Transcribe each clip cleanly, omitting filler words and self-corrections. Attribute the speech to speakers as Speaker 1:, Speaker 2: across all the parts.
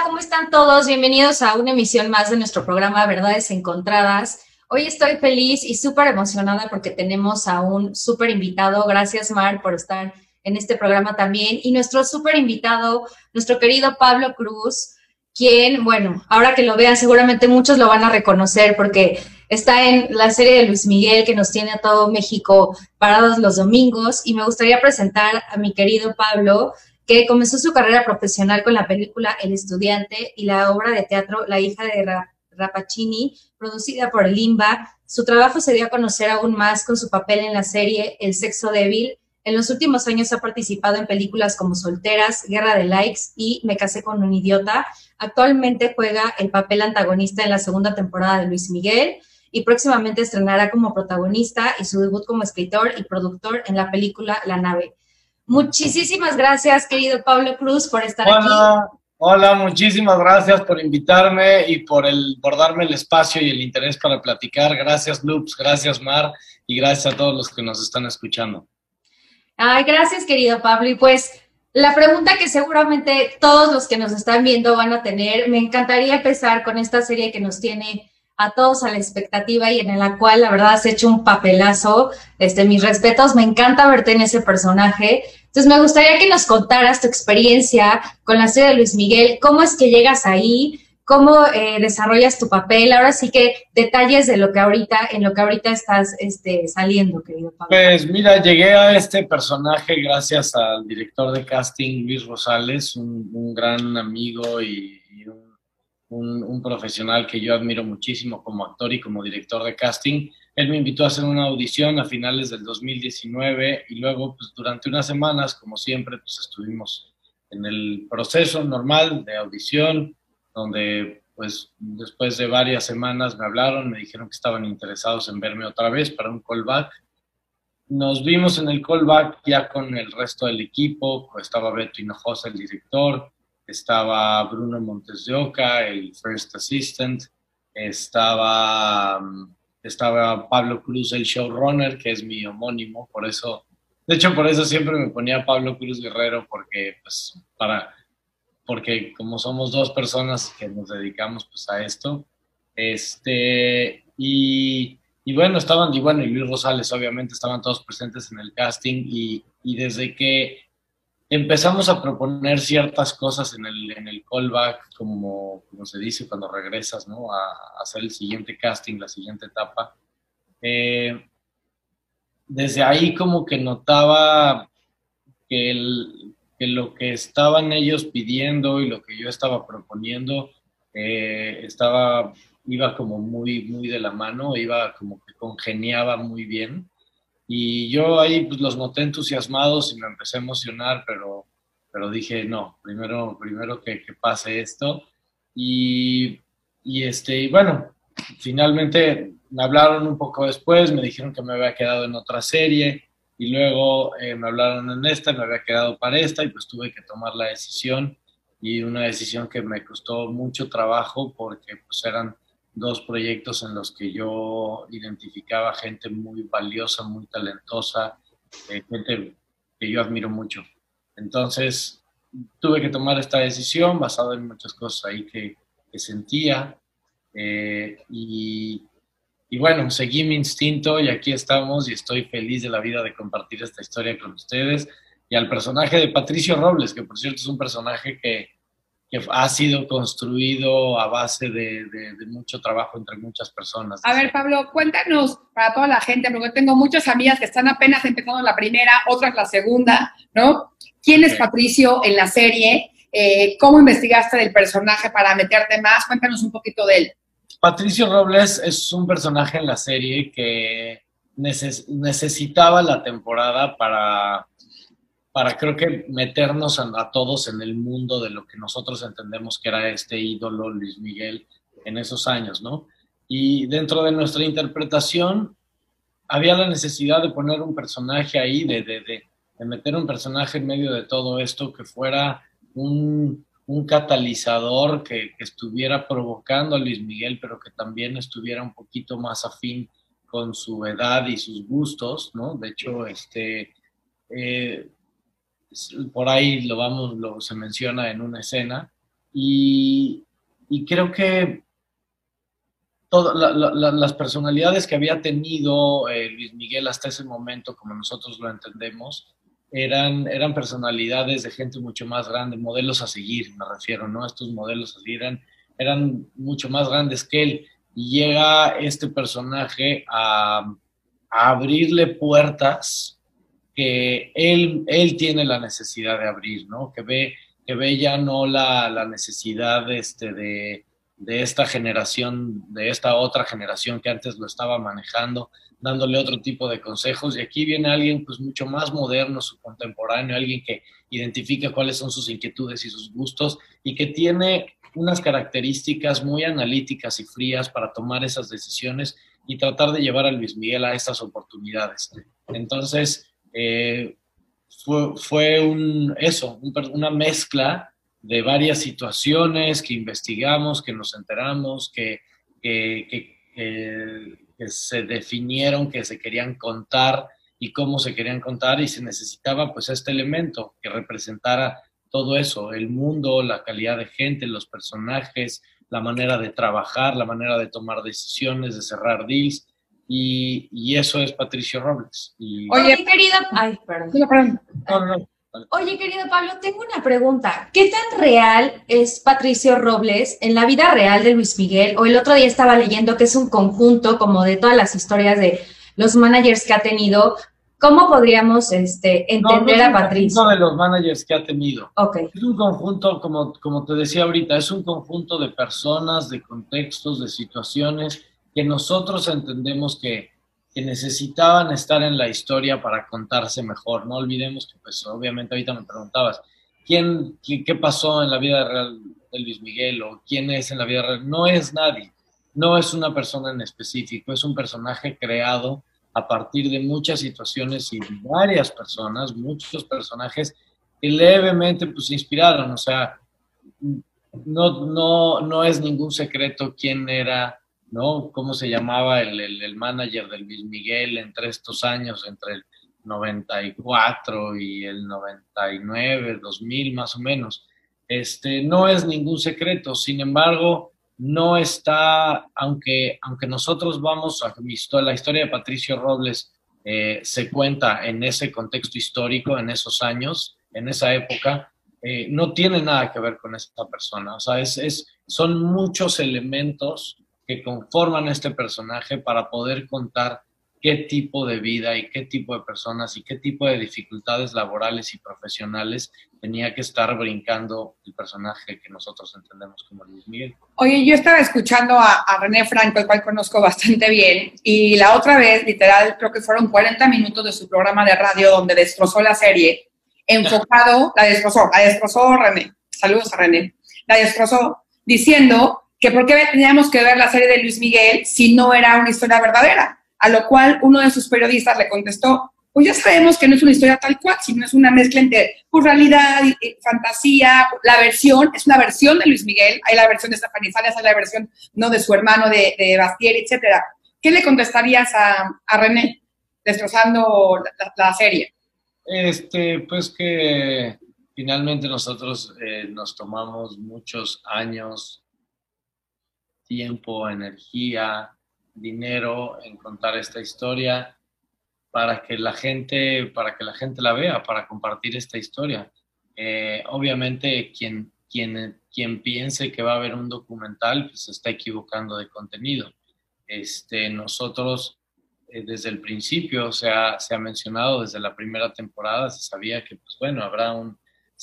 Speaker 1: ¿cómo están todos? Bienvenidos a una emisión más de nuestro programa Verdades Encontradas. Hoy estoy feliz y súper emocionada porque tenemos a un súper invitado. Gracias, Mar, por estar en este programa también. Y nuestro súper invitado, nuestro querido Pablo Cruz, quien, bueno, ahora que lo vean, seguramente muchos lo van a reconocer porque está en la serie de Luis Miguel que nos tiene a todo México parados los domingos. Y me gustaría presentar a mi querido Pablo, que comenzó su carrera profesional con la película El Estudiante y la obra de teatro La hija de Rappaccini, producida por el Limba. Su trabajo se dio a conocer aún más con su papel en la serie El sexo débil. En los últimos años ha participado en películas como Solteras, Guerra de Likes y Me casé con un idiota. Actualmente juega el papel antagonista en la segunda temporada de Luis Miguel y próximamente estrenará como protagonista y su debut como escritor y productor en la película La nave. Muchísimas gracias, querido Pablo Cruz, por estar aquí.
Speaker 2: Hola, hola, muchísimas gracias por invitarme y por darme el espacio y el interés para platicar. Gracias, Loops, gracias, Mar, y gracias a todos los que nos están escuchando.
Speaker 1: Ay, gracias, querido Pablo. Y pues la pregunta que seguramente todos los que nos están viendo van a tener, me encantaría empezar con esta serie que nos tiene a todos a la expectativa y en la cual la verdad has hecho un papelazo. Mis respetos, me encanta verte en ese personaje. Entonces me gustaría que nos contaras tu experiencia con la serie de Luis Miguel, cómo es que llegas ahí, cómo desarrollas tu papel, ahora sí que detalles de lo que ahorita, en lo que ahorita estás saliendo, querido Pablo.
Speaker 2: Pues mira, llegué a este personaje gracias al director de casting, Luis Rosales, un gran amigo y un profesional que yo admiro muchísimo como actor y como director de casting. Él me invitó a hacer una audición a finales del 2019 y luego, pues durante unas semanas, como siempre, pues estuvimos en el proceso normal de audición, donde pues después de varias semanas me hablaron, me dijeron que estaban interesados en verme otra vez para un callback. Nos vimos en el callback ya con el resto del equipo, estaba Beto Hinojosa, el director, estaba Bruno Montes de Oca, el first assistant, estaba, estaba Pablo Cruz, el showrunner, que es mi homónimo, por eso, de hecho por eso siempre me ponía Pablo Cruz Guerrero, porque pues porque como somos dos personas que nos dedicamos pues a esto, y bueno, y bueno, y Luis Rosales, obviamente, estaban todos presentes en el casting, y desde que empezamos a proponer ciertas cosas en el callback, como se dice cuando regresas, ¿no? A hacer el siguiente casting, la siguiente etapa. Eh, Desde ahí como que notaba que lo que estaban ellos pidiendo y lo que yo estaba proponiendo iba como muy de la mano, iba como que congeniaba muy bien. Y yo ahí pues los noté entusiasmados y me empecé a emocionar, pero dije, no, primero que pase esto. Y, y bueno, finalmente me hablaron un poco después, me dijeron que me había quedado en otra serie y luego me hablaron en esta, me había quedado para esta y pues tuve que tomar la decisión y una decisión que me costó mucho trabajo porque pues eran dos proyectos en los que yo identificaba gente muy valiosa, muy talentosa, gente que yo admiro mucho. Entonces, tuve que tomar esta decisión basada en muchas cosas ahí que sentía y, y bueno, seguí mi instinto y aquí estamos y estoy feliz de la vida de compartir esta historia con ustedes y al personaje de Patricio Robles, que por cierto es un personaje que ha sido construido a base de mucho trabajo entre muchas personas.
Speaker 3: A ver, Pablo, cuéntanos para toda la gente, porque tengo muchas amigas que están apenas empezando la primera, otras la segunda, ¿no? ¿Quién es Patricio en la serie? ¿Cómo investigaste del personaje para meterte más? Cuéntanos un poquito de él.
Speaker 2: Patricio Robles es un personaje en la serie que necesitaba la temporada para creo que meternos a todos en el mundo de lo que nosotros entendemos que era este ídolo Luis Miguel en esos años, ¿no? Y dentro de nuestra interpretación había la necesidad de poner un personaje ahí, de meter un personaje en medio de todo esto que fuera un catalizador que estuviera provocando a Luis Miguel, pero que también estuviera un poquito más afín con su edad y sus gustos, ¿no? De hecho, eh, por ahí se menciona en una escena, y creo que las personalidades que había tenido Luis Miguel hasta ese momento, como nosotros lo entendemos, eran personalidades de gente mucho más grande, modelos a seguir, me refiero, ¿no? Estos modelos a seguir eran mucho más grandes que él. Y llega este personaje a abrirle puertas que él tiene la necesidad de abrir, ¿no? Que ve ya no la necesidad de esta generación, de esta otra generación que antes lo estaba manejando, dándole otro tipo de consejos. Y aquí viene alguien pues mucho más moderno, su contemporáneo, alguien que identifica cuáles son sus inquietudes y sus gustos y que tiene unas características muy analíticas y frías para tomar esas decisiones y tratar de llevar a Luis Miguel a estas oportunidades. Entonces, fue una mezcla de varias situaciones que investigamos, que nos enteramos, que se definieron, que se querían contar y cómo se querían contar, y se necesitaba pues este elemento que representara todo eso, el mundo, la calidad de gente, los personajes, la manera de trabajar, la manera de tomar decisiones, de cerrar deals, y eso es Patricio Robles.
Speaker 1: Oye, querida... Ay, perdón.
Speaker 2: No.
Speaker 1: Oye, querido Pablo, tengo una pregunta. ¿Qué tan real es Patricio Robles en la vida real de Luis Miguel? O el otro día estaba leyendo que es un conjunto como de todas las historias de los managers que ha tenido. ¿Cómo podríamos entender a Patricio?
Speaker 2: No, de los managers que ha tenido.
Speaker 1: Okay.
Speaker 2: Es un conjunto, como te decía ahorita, es un conjunto de personas, de contextos, de situaciones que nosotros entendemos que necesitaban estar en la historia para contarse mejor. No olvidemos que, pues, obviamente ahorita me preguntabas, ¿qué pasó en la vida real de Luis Miguel o quién es en la vida real? No es nadie, no es una persona en específico, es un personaje creado a partir de muchas situaciones y varias personas, muchos personajes que levemente pues inspiraron. O sea, no es ningún secreto quién era, ¿no? Cómo se llamaba el manager de Luis Miguel entre estos años, entre el 94 y el 99, 2000 más o menos. No es ningún secreto, sin embargo, no está, aunque nosotros vamos a la historia de Patricio Robles se cuenta en ese contexto histórico, en esos años, en esa época, no tiene nada que ver con esta persona. O sea, son muchos elementos que conforman este personaje para poder contar qué tipo de vida y qué tipo de personas y qué tipo de dificultades laborales y profesionales tenía que estar brincando el personaje que nosotros entendemos como Luis Miguel.
Speaker 3: Oye, yo estaba escuchando a René Franco, el cual conozco bastante bien, y la otra vez, literal, creo que fueron 40 minutos de su programa de radio donde destrozó la serie, enfocado, la destrozó René, saludos a René, la destrozó diciendo que por qué teníamos que ver la serie de Luis Miguel si no era una historia verdadera, a lo cual uno de sus periodistas le contestó, pues ya sabemos que no es una historia tal cual, sino es una mezcla entre realidad y fantasía. La versión es una versión de Luis Miguel, hay la versión de Estefanía Salas, hay la versión no de su hermano de Bastier, etcétera. ¿Qué le contestarías a René destrozando la serie?
Speaker 2: Pues que finalmente nosotros nos tomamos muchos años, tiempo, energía, dinero en contar esta historia para que la gente la vea, para compartir esta historia. Obviamente quien piense que va a haber un documental, pues se está equivocando de contenido. Nosotros desde el principio se ha mencionado, desde la primera temporada se sabía que pues bueno, habrá un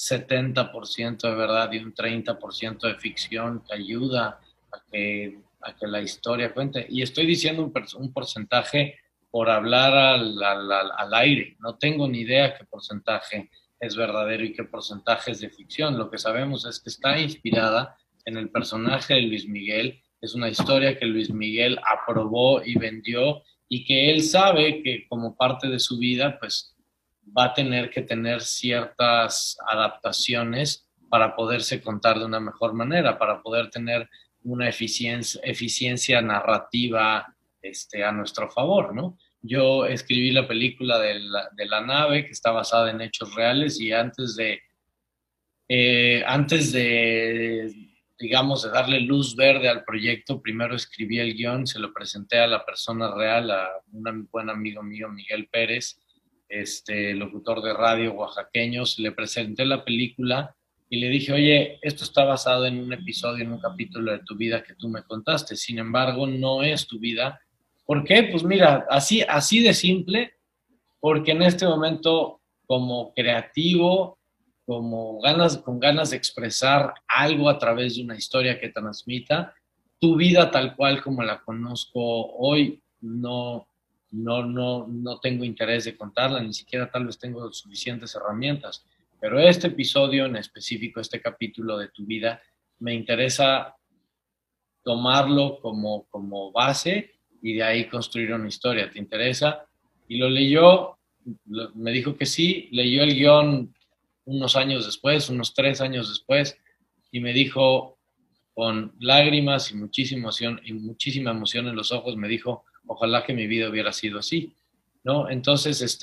Speaker 2: 70% de verdad y un 30% de ficción que ayuda a que la historia cuente. Y estoy diciendo un porcentaje por hablar al aire. No tengo ni idea qué porcentaje es verdadero y qué porcentaje es de ficción. Lo que sabemos es que está inspirada en el personaje de Luis Miguel. Es una historia que Luis Miguel aprobó y vendió y que él sabe que como parte de su vida, pues va a tener que tener ciertas adaptaciones para poderse contar de una mejor manera, para poder tener una eficiencia narrativa a nuestro favor, ¿no? Yo escribí la película de la nave, que está basada en hechos reales, y antes de digamos, de darle luz verde al proyecto, primero escribí el guión, se lo presenté a la persona real, a un buen amigo mío, Miguel Pérez, locutor de radio oaxaqueño, le presenté la película y le dije, oye, esto está basado en un episodio, en un capítulo de tu vida que tú me contaste, sin embargo, no es tu vida. ¿Por qué? Pues mira, así de simple, porque en este momento, como creativo, con ganas de expresar algo a través de una historia que transmita, tu vida tal cual como la conozco hoy, no tengo interés de contarla, ni siquiera tal vez tengo suficientes herramientas. Pero este episodio en específico, este capítulo de tu vida, me interesa tomarlo como base y de ahí construir una historia. ¿Te interesa? Y lo leyó, me dijo que sí, leyó el guión unos años después, unos 3 años después, y me dijo con lágrimas y muchísima emoción en los ojos, me dijo, ojalá que mi vida hubiera sido así, ¿no? Entonces,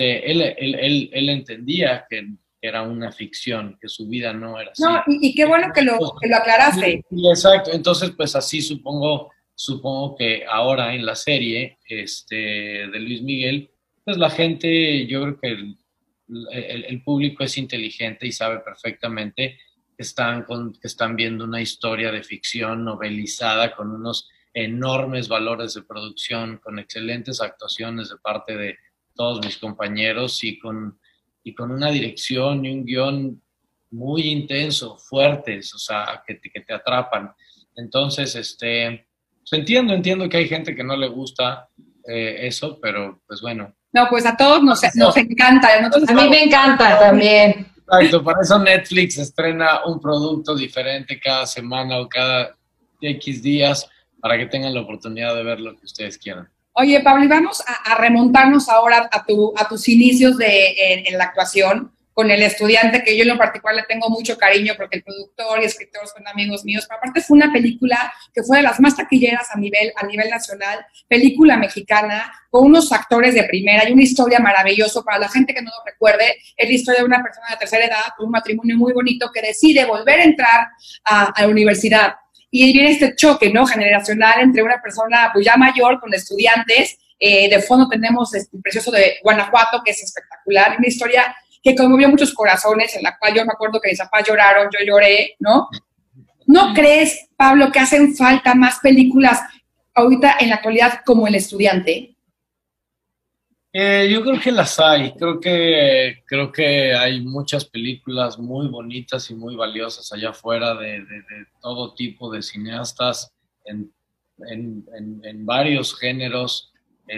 Speaker 2: él entendía que era una ficción, que su vida no era así.
Speaker 3: No, y qué bueno que lo aclaraste.
Speaker 2: Exacto, entonces pues así supongo que ahora en la serie de Luis Miguel, pues la gente, yo creo que el público es inteligente y sabe perfectamente que están viendo una historia de ficción novelizada con unos enormes valores de producción, con excelentes actuaciones de parte de todos mis compañeros y con una dirección y un guión muy intenso, fuertes, o sea, que te atrapan. Entonces, pues entiendo que hay gente que no le gusta eso, pero pues bueno.
Speaker 3: No, pues a todos nos encanta.
Speaker 1: A mí me encanta también.
Speaker 2: Exacto, para eso Netflix estrena un producto diferente cada semana o cada X días para que tengan la oportunidad de ver lo que ustedes quieran.
Speaker 3: Oye, Pablo, y vamos a remontarnos ahora a tus inicios en la actuación con El Estudiante, que yo en lo particular le tengo mucho cariño porque el productor y escritor son amigos míos, pero aparte fue una película que fue de las más taquilleras a nivel nacional, película mexicana, con unos actores de primera y una historia maravillosa. Para la gente que no lo recuerde, es la historia de una persona de tercera edad con un matrimonio muy bonito que decide volver a entrar a la universidad. Y viene este choque, ¿no?, generacional entre una persona pues ya mayor con estudiantes. De fondo tenemos el precioso de Guanajuato, que es espectacular, una historia que conmovió muchos corazones, en la cual yo me acuerdo que mis papás lloraron, yo lloré, ¿no? ¿No crees, Pablo, que hacen falta más películas ahorita en la actualidad como El Estudiante?
Speaker 2: Yo creo que las hay, creo que hay muchas películas muy bonitas y muy valiosas allá afuera de todo tipo de cineastas en varios géneros,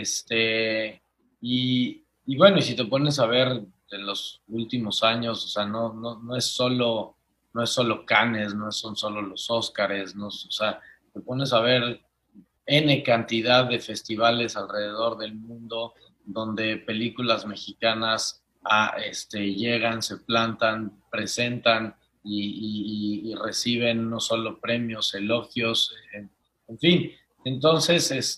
Speaker 2: y bueno, y si te pones a ver en los últimos años, o sea, no es solo Cannes, no son solo los Óscares, no, o sea, te pones a ver N cantidad de festivales alrededor del mundo donde películas mexicanas llegan, se plantan, presentan y reciben no solo premios, elogios, en fin. Entonces,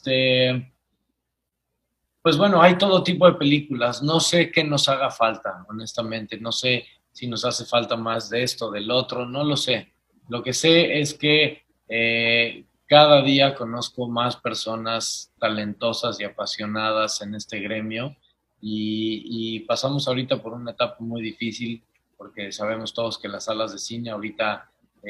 Speaker 2: pues bueno, hay todo tipo de películas. No sé qué nos haga falta, honestamente. No sé si nos hace falta más de esto, del otro, no lo sé. Lo que sé es que cada día conozco más personas talentosas y apasionadas en este gremio y pasamos ahorita por una etapa muy difícil porque sabemos todos que las salas de cine ahorita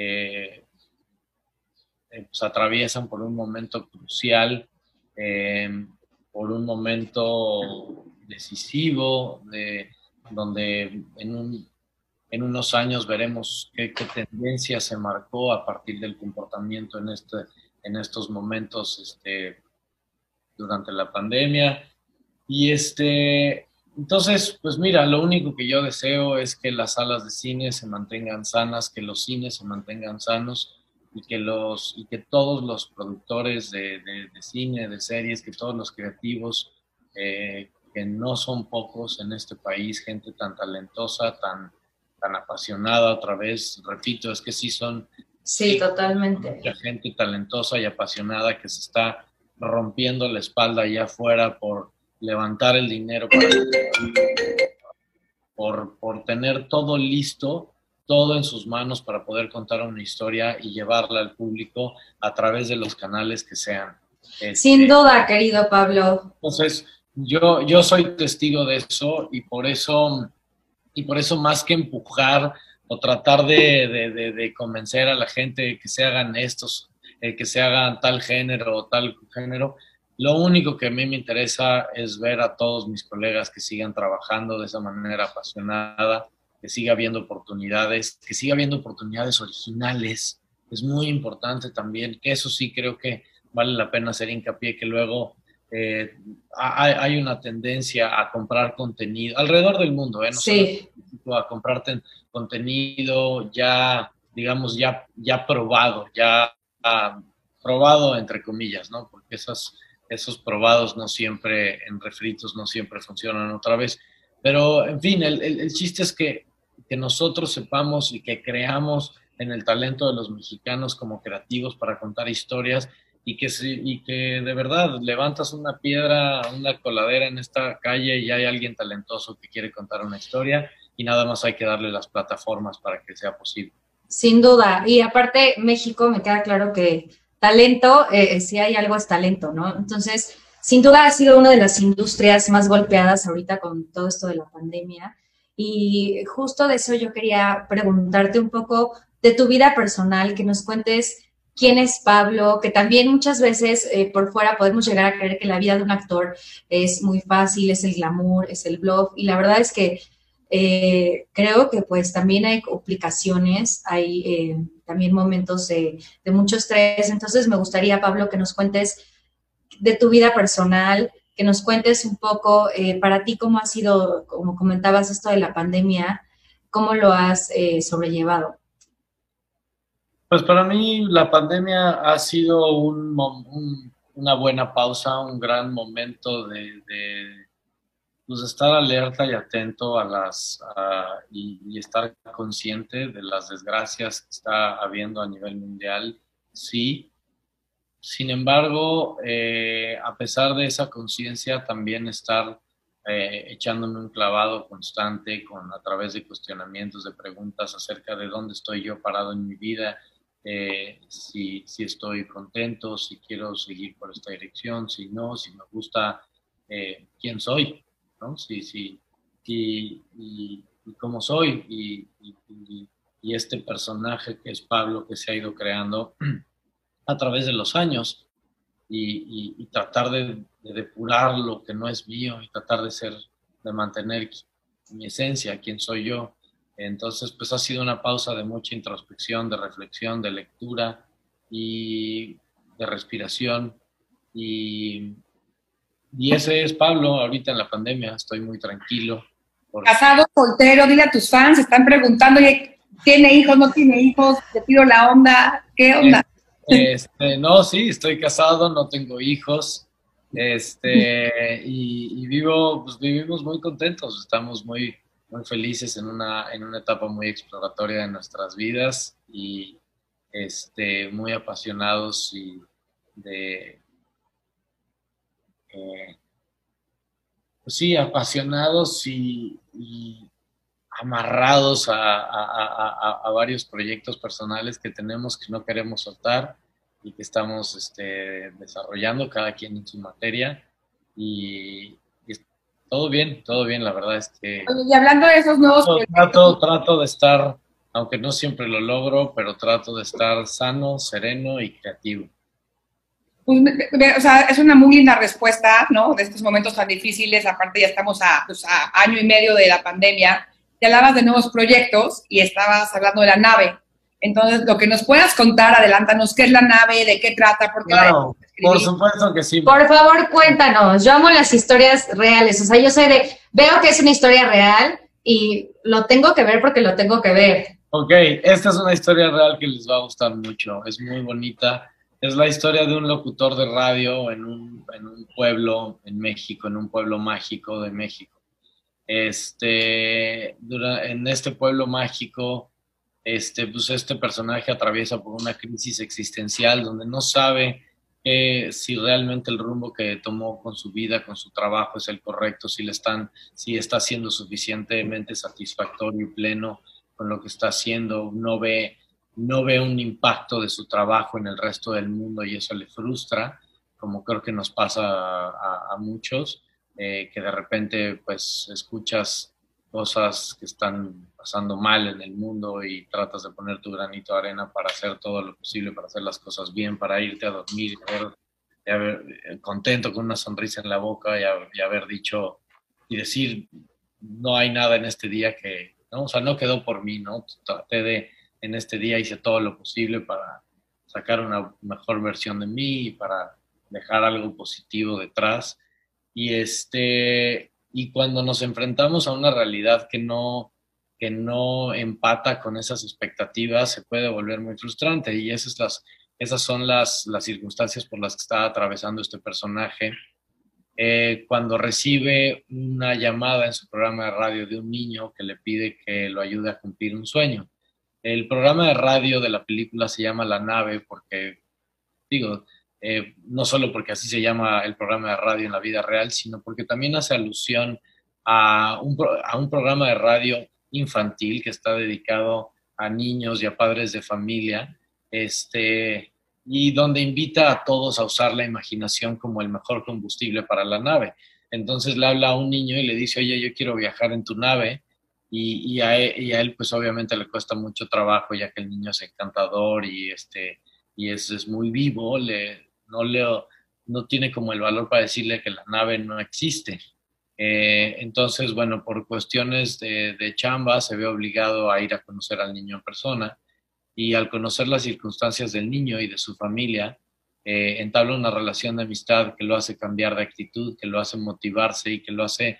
Speaker 2: pues atraviesan por un momento crucial, por un momento decisivo, donde en unos años veremos qué tendencia se marcó a partir del comportamiento en estos momentos durante la pandemia. Y entonces, pues mira, lo único que yo deseo es que las salas de cine se mantengan sanas, que los cines se mantengan sanos y que todos los productores de cine, de series, que todos los creativos, que no son pocos en este país, gente tan talentosa, tan apasionada, otra vez, repito, es que sí son...
Speaker 1: Sí, totalmente.
Speaker 2: Mucha gente talentosa y apasionada que se está rompiendo la espalda allá afuera por levantar el dinero, por tener todo listo todo en sus manos para poder contar una historia y llevarla al público a través de los canales que sean.
Speaker 1: Sin duda, querido Pablo.
Speaker 2: Entonces, yo soy testigo de eso y por eso más que empujar o tratar de convencer a la gente que se hagan que se hagan tal género o tal género, lo único que a mí me interesa es ver a todos mis colegas que sigan trabajando de esa manera apasionada, que siga habiendo oportunidades, que siga habiendo oportunidades originales. Es muy importante también, que eso sí creo que vale la pena hacer hincapié, que luego hay una tendencia a comprar contenido alrededor del mundo, no
Speaker 1: sí.
Speaker 2: solo a comprar contenido ya, digamos, ya probado, probado entre comillas, ¿no? Porque esos probados no siempre, en refritos, no siempre funcionan otra vez. Pero, en fin, el chiste es que nosotros sepamos y que creamos en el talento de los mexicanos como creativos para contar historias y que de verdad levantas una piedra, una coladera en esta calle y hay alguien talentoso que quiere contar una historia y nada más hay que darle las plataformas para que sea posible.
Speaker 1: Sin duda. Y aparte, México, me queda claro que talento, si hay algo es talento, ¿no? Entonces, sin duda ha sido una de las industrias más golpeadas ahorita con todo esto de la pandemia. Y justo de eso yo quería preguntarte un poco de tu vida personal, que nos cuentes quién es Pablo, que también muchas veces por fuera podemos llegar a creer que la vida de un actor es muy fácil, es el glamour, es el bluff, y la verdad es que creo que pues también hay complicaciones, hay también momentos de mucho estrés, entonces me gustaría, Pablo, que nos cuentes de tu vida personal, que nos cuentes un poco para ti cómo ha sido, como comentabas, esto de la pandemia, cómo lo has sobrellevado.
Speaker 2: Pues para mí la pandemia ha sido una buena pausa, un gran momento pues estar alerta y atento y estar consciente de las desgracias que está habiendo a nivel mundial, sí. Sin embargo, a pesar de esa conciencia, también estar echándome un clavado constante a través de cuestionamientos, de preguntas acerca de dónde estoy yo parado en mi vida, si estoy contento, si quiero seguir por esta dirección, si no, si me gusta quién soy, ¿no? Y cómo soy, y este personaje que es Pablo, que se ha ido creando a través de los años, y tratar de depurar lo que no es mío, y tratar de mantener mi esencia, quién soy yo. Entonces, pues ha sido una pausa de mucha introspección, de reflexión, de lectura y de respiración. Y ese es Pablo ahorita en la pandemia. Estoy muy tranquilo.
Speaker 3: Casado, soltero, dile a tus fans, están preguntando, oye, ¿tiene hijos, no tiene hijos? Te tiro la onda, ¿qué onda?
Speaker 2: No, sí, estoy casado, no tengo hijos. Y vivimos muy contentos, estamos muy felices en una etapa muy exploratoria de nuestras vidas y muy apasionados y pues sí, apasionados y amarrados a varios proyectos personales que tenemos que no queremos soltar y que estamos desarrollando cada quien en su materia y todo bien, la verdad es que...
Speaker 3: Y hablando de esos nuevos
Speaker 2: trato de estar, aunque no siempre lo logro, pero trato de estar sano, sereno y creativo.
Speaker 3: Pues, o sea, es una muy linda respuesta, ¿no? De estos momentos tan difíciles, aparte ya estamos a año y medio de la pandemia, te hablabas de nuevos proyectos y estabas hablando de la nave. Entonces, lo que nos puedas contar, adelántanos, ¿qué es la nave? ¿De qué trata? Porque
Speaker 2: claro, por supuesto que sí.
Speaker 1: Por favor, cuéntanos. Yo amo las historias reales. O sea, yo veo que es una historia real y lo tengo que ver porque lo tengo que ver.
Speaker 2: Ok, esta es una historia real que les va a gustar mucho. Es muy bonita. Es la historia de un locutor de radio en un pueblo en México, en un pueblo mágico de México. En este pueblo mágico, pues este personaje atraviesa por una crisis existencial donde no sabe si realmente el rumbo que tomó con su vida, con su trabajo es el correcto, si está siendo suficientemente satisfactorio y pleno con lo que está haciendo, no ve un impacto de su trabajo en el resto del mundo y eso le frustra, como creo que nos pasa a muchos, que de repente pues escuchas cosas que están pasando mal en el mundo y tratas de poner tu granito de arena para hacer todo lo posible, para hacer las cosas bien, para irte a dormir y haber contento con una sonrisa en la boca y haber dicho y decir, no hay nada en este día que, ¿no? O sea, no quedó por mí, ¿no? En este día hice todo lo posible para sacar una mejor versión de mí y para dejar algo positivo detrás. Y cuando nos enfrentamos a una realidad que no empata con esas expectativas, se puede volver muy frustrante. Y esas son las circunstancias por las que está atravesando este personaje. Cuando recibe una llamada en su programa de radio de un niño que le pide que lo ayude a cumplir un sueño. El programa de radio de la película se llama La Nave porque, digo, no solo porque así se llama el programa de radio en la vida real, sino porque también hace alusión a un programa de radio infantil que está dedicado a niños y a padres de familia, y donde invita a todos a usar la imaginación como el mejor combustible para la nave. Entonces le habla a un niño y le dice, oye, yo quiero viajar en tu nave, y a él pues obviamente le cuesta mucho trabajo, ya que el niño es encantador y es muy vivo, no tiene como el valor para decirle que la nave no existe. Entonces, bueno, por cuestiones de chamba se ve obligado a ir a conocer al niño en persona y al conocer las circunstancias del niño y de su familia, entabla una relación de amistad que lo hace cambiar de actitud, que lo hace motivarse y que lo hace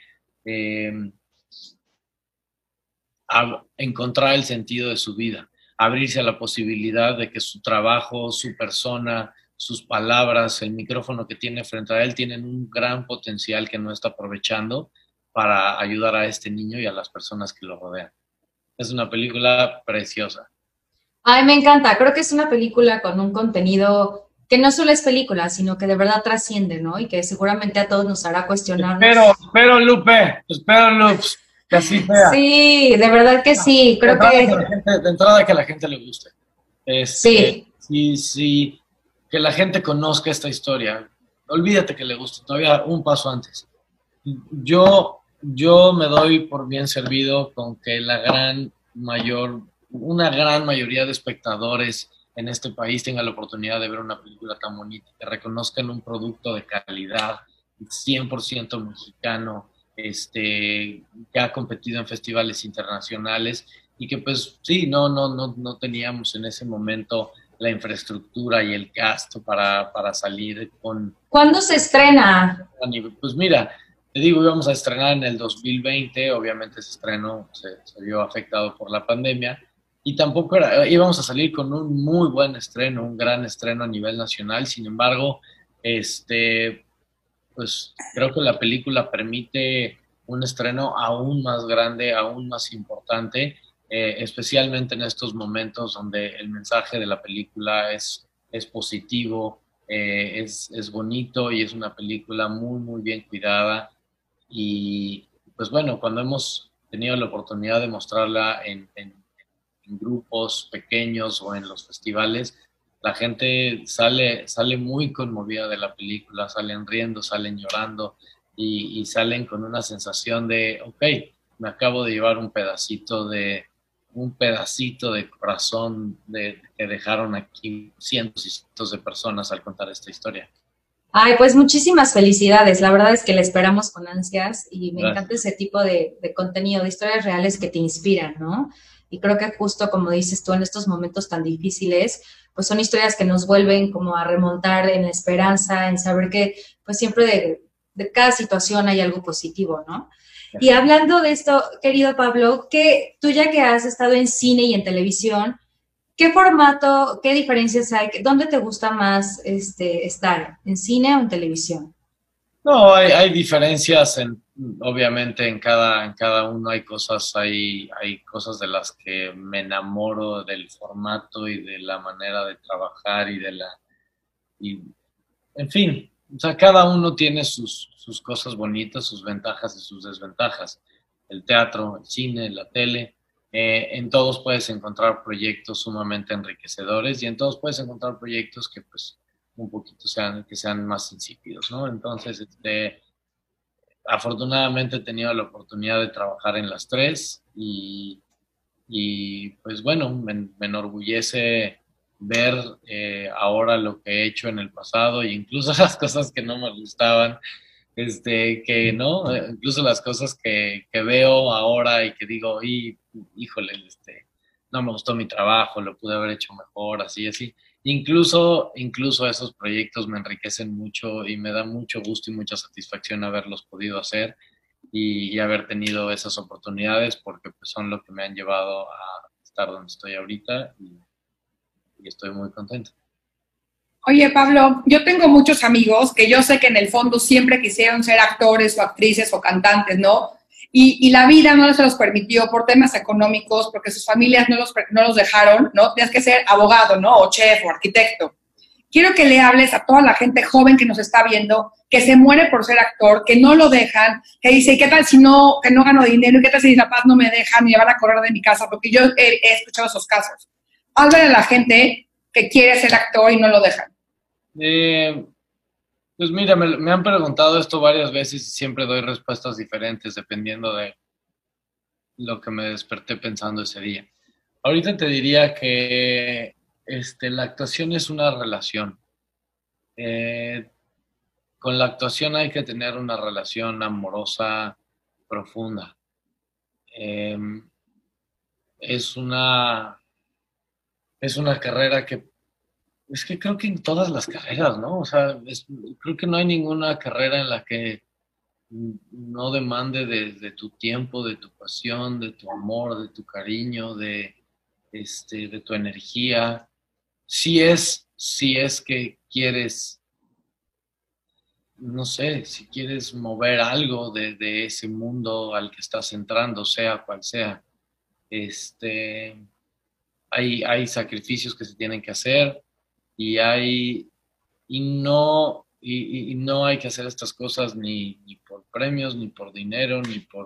Speaker 2: a encontrar el sentido de su vida, abrirse a la posibilidad de que su trabajo, su persona, sus palabras, el micrófono que tiene frente a él tienen un gran potencial que no está aprovechando para ayudar a este niño y a las personas que lo rodean. Es una película preciosa.
Speaker 1: Ay, me encanta. Creo que es una película con un contenido que no solo es película, sino que de verdad trasciende, ¿no? Y que seguramente a todos nos hará cuestionarnos.
Speaker 2: Espero, Lupe, que así sea.
Speaker 1: Sí, de verdad que sí. Creo que...
Speaker 2: De entrada que a la gente le guste.
Speaker 1: Sí.
Speaker 2: Sí, que la gente conozca esta historia. Olvídate que le guste, todavía un paso antes. Yo me doy por bien servido con que una gran mayoría de espectadores en este país tenga la oportunidad de ver una película tan bonita, que reconozcan un producto de calidad, 100% mexicano, que ha competido en festivales internacionales y que pues sí, no teníamos en ese momento la infraestructura y el gasto para salir con...
Speaker 1: ¿Cuándo se estrena?
Speaker 2: Pues mira, te digo, íbamos a estrenar en el 2020, obviamente ese estreno se vio afectado por la pandemia, y tampoco íbamos a salir con un muy buen estreno, un gran estreno a nivel nacional. Sin embargo, pues creo que la película permite un estreno aún más grande, aún más importante, especialmente en estos momentos donde el mensaje de la película es positivo, es bonito y es una película muy, muy bien cuidada. Y pues bueno, cuando hemos tenido la oportunidad de mostrarla en grupos pequeños o en los festivales, la gente sale muy conmovida de la película, salen riendo, salen llorando y salen con una sensación de, ok, me acabo de llevar un pedacito de corazón que dejaron aquí cientos y cientos de personas al contar esta historia.
Speaker 1: Ay, pues muchísimas felicidades. La verdad es que la esperamos con ansias y me
Speaker 2: Gracias.
Speaker 1: encanta ese tipo de contenido, de historias reales que te inspiran, ¿no? Y creo que justo como dices tú, en estos momentos tan difíciles, pues son historias que nos vuelven como a remontar en la esperanza, en saber que pues siempre de cada situación hay algo positivo, ¿no? Y hablando de esto, querido Pablo, que tú ya que has estado en cine y en televisión, ¿qué formato, qué diferencias hay? ¿Dónde te gusta más estar? ¿En cine o en televisión?
Speaker 2: No, hay diferencias obviamente en cada uno hay cosas de las que me enamoro del formato y de la manera de trabajar y en fin, o sea, cada uno tiene sus cosas bonitas, sus ventajas y sus desventajas. El teatro, el cine, la tele, En todos puedes encontrar proyectos sumamente enriquecedores y en todos puedes encontrar proyectos que pues un poquito sean más insípidos, ¿no? Entonces, afortunadamente he tenido la oportunidad de trabajar en las tres y pues bueno, me enorgullece ver ahora lo que he hecho en el pasado e incluso las cosas que no me gustaban, que no, incluso las cosas que veo ahora y que digo, híjole, no me gustó mi trabajo, lo pude haber hecho mejor, así, así. Incluso esos proyectos me enriquecen mucho y me da mucho gusto y mucha satisfacción haberlos podido hacer y haber tenido esas oportunidades porque pues, son lo que me han llevado a estar donde estoy ahorita y estoy muy contento.
Speaker 3: Oye, Pablo, yo tengo muchos amigos que yo sé que en el fondo siempre quisieron ser actores o actrices o cantantes, ¿no? Y la vida no se los permitió por temas económicos, porque sus familias no los dejaron, ¿no? Tienes que ser abogado, ¿no? O chef o arquitecto. Quiero que le hables a toda la gente joven que nos está viendo, que se muere por ser actor, que no lo dejan, que dice, ¿qué tal si no, que no gano dinero? ¿Y qué tal si mis papás no me dejan y me van a correr de mi casa? Porque yo he escuchado esos casos. Háblale a la gente que quiere ser actor y no lo dejan.
Speaker 2: Pues mira, me han preguntado esto varias veces y siempre doy respuestas diferentes dependiendo de lo que me desperté pensando ese día. Ahorita te diría que la actuación es una relación. Eh, con la actuación hay que tener una relación amorosa profunda. Eh, es una, es una carrera que, es que creo que en todas las carreras, ¿no? O sea, creo que no hay ninguna carrera en la que no demande de tu tiempo, de tu pasión, de tu amor, de tu cariño, de tu energía. Si es que quieres, no sé, si quieres mover algo de ese mundo al que estás entrando, sea cual sea, este, hay sacrificios que se tienen que hacer y y no hay que hacer estas cosas ni por premios, ni por dinero, ni por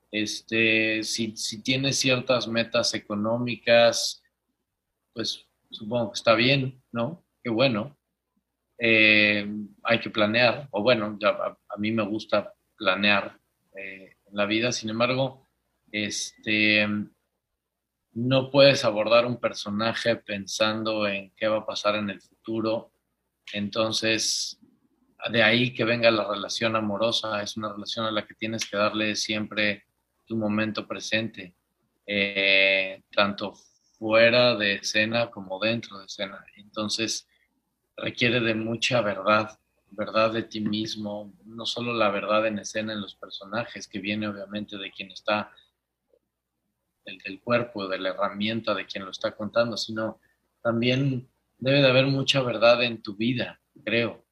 Speaker 2: si tienes ciertas metas económicas, pues supongo que está bien, ¿no? Qué bueno. Hay que planear, o bueno, a mí me gusta planear en la vida, sin embargo, no puedes abordar un personaje pensando en qué va a pasar en el futuro. Entonces, de ahí que venga la relación amorosa, es una relación a la que tienes que darle siempre tu momento presente, tanto fuera de escena como dentro de escena. Entonces, requiere de mucha verdad de ti mismo, no solo la verdad en escena en los personajes, que viene obviamente de quien está, del cuerpo, de la herramienta, de quien lo está contando, sino también debe de haber mucha verdad en tu vida, creo,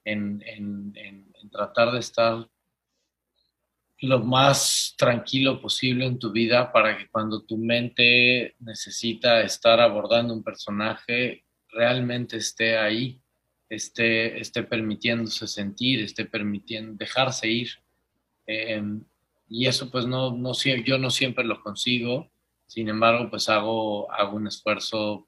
Speaker 2: en tratar de estar lo más tranquilo posible en tu vida para que cuando tu mente necesita estar abordando un personaje, realmente esté ahí, esté permitiéndose sentir, esté permitiendo dejarse ir. Eh, y eso pues yo no siempre lo consigo, sin embargo pues hago un esfuerzo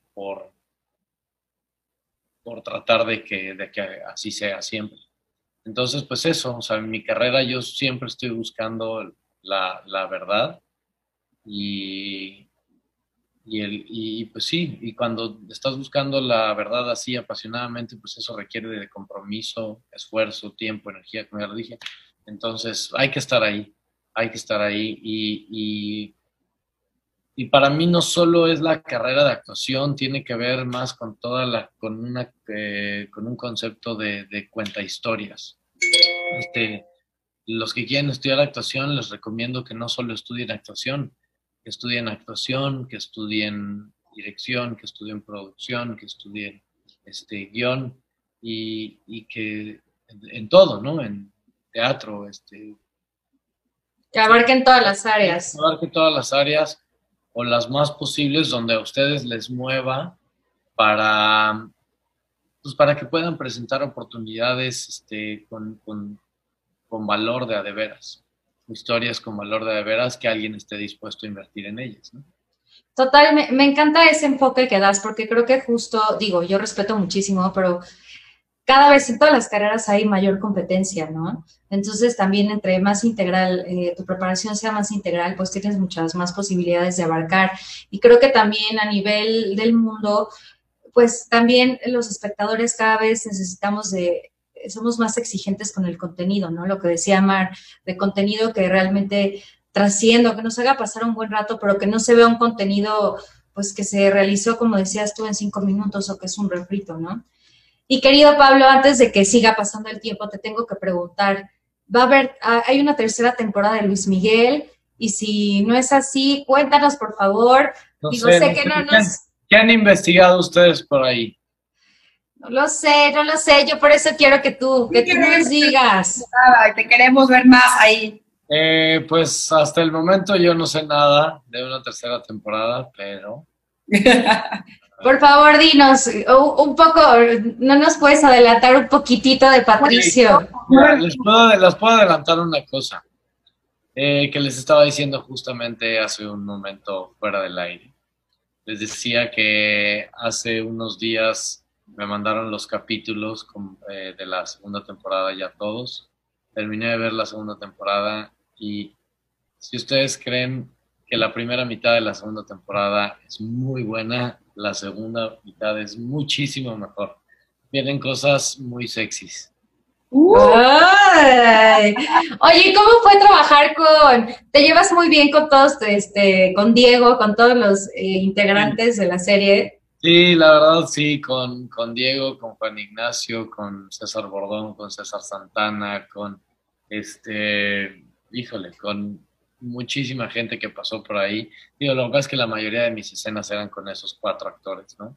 Speaker 2: por tratar de que así sea siempre. Entonces, pues eso, o sea, en mi carrera yo siempre estoy buscando la verdad y, pues sí, y cuando estás buscando la verdad así apasionadamente, pues eso requiere de compromiso, esfuerzo, tiempo, energía, como ya lo dije. Entonces, hay que estar ahí y para mí no solo es la carrera de actuación, tiene que ver más con con un concepto de cuenta historias. Los que quieren estudiar actuación, les recomiendo que no solo estudien actuación, que estudien dirección, que estudien producción, que estudien guión y que en todo, ¿no? En teatro,
Speaker 1: que abarquen todas las áreas.
Speaker 2: abarque todas las áreas o las más posibles donde a ustedes les mueva para, pues para que puedan presentar oportunidades con valor de a de veras, historias con valor de a de veras que alguien esté dispuesto a invertir en ellas, ¿no?
Speaker 1: Total, me encanta ese enfoque que das, porque creo que justo, digo, yo respeto muchísimo, pero cada vez en todas las carreras hay mayor competencia, ¿no? Entonces también entre más integral, tu preparación sea más integral, pues tienes muchas más posibilidades de abarcar. Y creo que también a nivel del mundo, pues también los espectadores cada vez somos más exigentes con el contenido, ¿no? Lo que decía Mar, de contenido que realmente trascienda, que nos haga pasar un buen rato, pero que no se vea un contenido, pues que se realizó, como decías tú, en 5 minutos o que es un refrito, ¿no? Y querido Pablo, antes de que siga pasando el tiempo, te tengo que preguntar, hay una tercera temporada de Luis Miguel, y si no es así, cuéntanos por favor.
Speaker 2: No
Speaker 1: Digo,
Speaker 2: sé,
Speaker 1: sé
Speaker 2: no
Speaker 1: que
Speaker 2: sé,
Speaker 1: no nos...
Speaker 2: ¿qué han investigado ustedes por ahí?
Speaker 1: No lo sé, no lo sé, yo por eso quiero que tú nos digas.
Speaker 3: Nada, te queremos ver más ahí.
Speaker 2: Pues hasta el momento yo no sé nada de una tercera temporada, pero...
Speaker 1: Por favor, dinos un poco, ¿no nos puedes adelantar un poquitito de Patricio?
Speaker 2: Mira, les puedo adelantar una cosa que les estaba diciendo justamente hace un momento fuera del aire. Les decía que hace unos días me mandaron los capítulos de la segunda temporada ya todos. Terminé de ver la segunda temporada y si ustedes creen que la primera mitad de la segunda temporada es muy buena, la segunda mitad es muchísimo mejor. Vienen cosas muy sexys.
Speaker 1: Ay. Oye, ¿cómo fue trabajar te llevas muy bien con todos, con Diego, con todos los integrantes de la serie?
Speaker 2: Sí, la verdad sí, con Diego, con Juan Ignacio, con César Bordón, con César Santana, híjole, con muchísima gente que pasó por ahí. Digo, lo que pasa es que la mayoría de mis escenas eran con esos 4 actores, ¿no?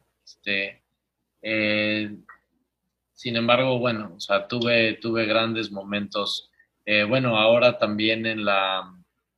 Speaker 2: Eh, Sin embargo, bueno, o sea, tuve grandes momentos. Bueno, ahora también en la...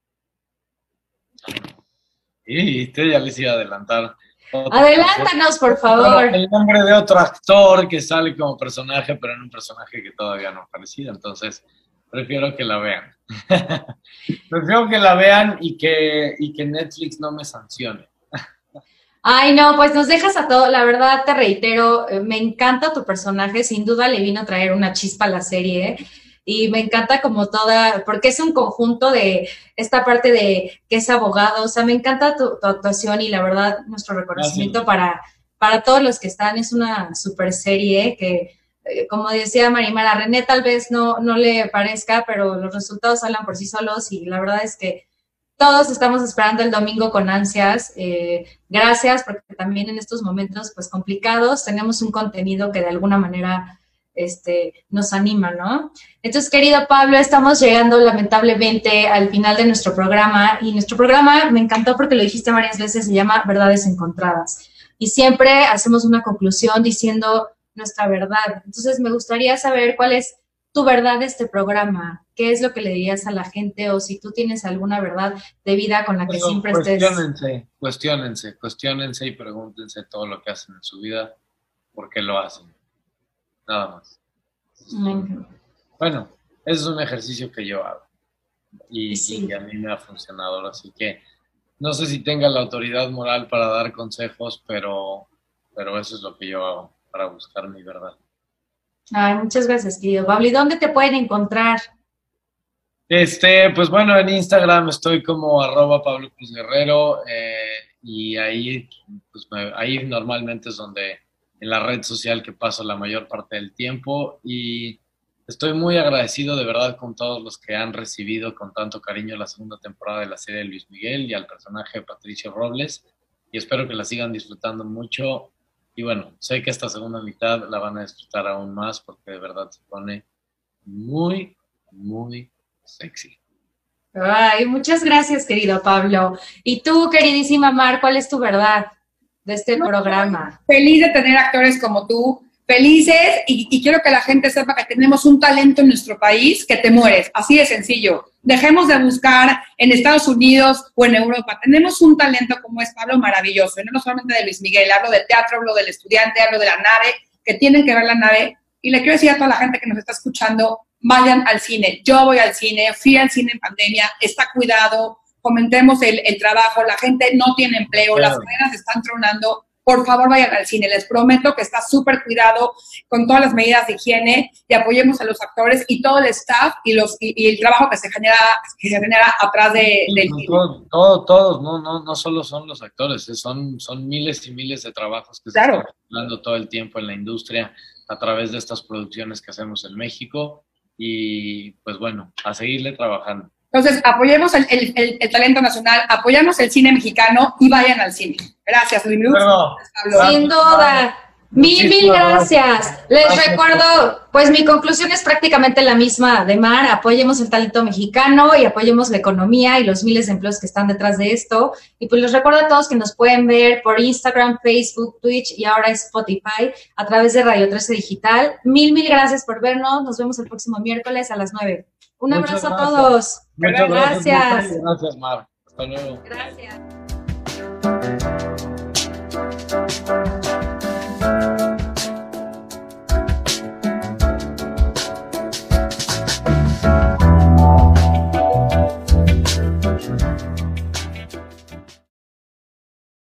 Speaker 2: Y ya les iba a adelantar.
Speaker 1: Adelántanos, por
Speaker 2: Bueno,
Speaker 1: favor.
Speaker 2: el nombre de otro actor que sale como personaje, pero en un personaje que todavía no ha aparecido. Entonces, prefiero que la vean. Prefiero que la vean y que Netflix no me sancione.
Speaker 1: Ay, no, pues nos dejas a todo. La verdad, te reitero, me encanta tu personaje. Sin duda le vino a traer una chispa a la serie. Y me encanta como porque es un conjunto de esta parte de que es abogado. O sea, me encanta tu actuación y la verdad, nuestro reconocimiento para todos los que están. Es una super serie que, como decía Marimar, a René tal vez no le parezca, pero los resultados hablan por sí solos y la verdad es que todos estamos esperando el domingo con ansias. Gracias, porque también en estos momentos pues complicados tenemos un contenido que de alguna manera nos anima, ¿no? Entonces, querido Pablo, estamos llegando lamentablemente al final de nuestro programa y nuestro programa me encantó porque lo dijiste varias veces, se llama Verdades Encontradas y siempre hacemos una conclusión diciendo nuestra verdad. Entonces, me gustaría saber cuál es tu verdad de este programa, qué es lo que le dirías a la gente o si tú tienes alguna verdad de vida con la que siempre
Speaker 2: Cuestiónense y pregúntense todo lo que hacen en su vida, por qué lo hacen, nada más. Bueno, ese es un ejercicio que yo hago y a mí me ha funcionado, así que no sé si tenga la autoridad moral para dar consejos, pero eso es lo que yo hago para buscar mi verdad.
Speaker 1: Ay, muchas gracias, querido Pablo. ¿Y dónde te pueden encontrar?
Speaker 2: Pues bueno, en Instagram estoy como @Pablo Cruz Guerrero y ahí, pues ahí normalmente es donde en la red social que paso la mayor parte del tiempo y estoy muy agradecido de verdad con todos los que han recibido con tanto cariño la segunda temporada de la serie de Luis Miguel y al personaje de Patricio Robles y espero que la sigan disfrutando mucho. Y bueno, sé que esta segunda mitad la van a disfrutar aún más porque de verdad se pone muy, muy sexy.
Speaker 1: Ay, muchas gracias, querido Pablo. Y tú, queridísima Mar, ¿cuál es tu verdad de este programa?
Speaker 3: Feliz de tener actores como tú, felices y quiero que la gente sepa que tenemos un talento en nuestro país que te mueres, así de sencillo. Dejemos de buscar en Estados Unidos o en Europa. Tenemos un talento como es Pablo maravilloso, y no solamente de Luis Miguel, hablo de teatro, hablo del estudiante, hablo de la nave, que tienen que ver la nave. Y le quiero decir a toda la gente que nos está escuchando, vayan al cine. Yo voy al cine, fui al cine en pandemia, está cuidado, fomentemos el trabajo, la gente no tiene empleo,
Speaker 2: Claro.
Speaker 3: las cadenas están tronando. Por favor, vayan al cine. Les prometo que está súper cuidado con todas las medidas de higiene y apoyemos a los actores y todo el staff y el trabajo que se genera atrás del cine.
Speaker 2: Todos, no solo son los actores, son miles y miles de trabajos que se
Speaker 3: Claro.
Speaker 2: están dando todo el tiempo en la industria a través de estas producciones que hacemos en México y pues bueno, a seguirle trabajando.
Speaker 3: Entonces, apoyemos el talento nacional, apoyamos el cine mexicano y vayan al cine. Gracias, Luis.
Speaker 2: Bueno,
Speaker 1: Sin duda. Mil gracias. Les recuerdo, pues mi conclusión es prácticamente la misma de Mar. Apoyemos el talento mexicano y apoyemos la economía y los miles de empleos que están detrás de esto. Y pues les recuerdo a todos que nos pueden ver por Instagram, Facebook, Twitch y ahora Spotify a través de Radio 13 Digital. Mil gracias por vernos. Nos vemos el próximo miércoles a las 9. Un
Speaker 2: Muchas
Speaker 1: abrazo a
Speaker 2: gracias.
Speaker 1: todos.
Speaker 2: Muchas
Speaker 1: Gracias.
Speaker 2: Gracias, Mar. Hasta luego.
Speaker 1: Gracias.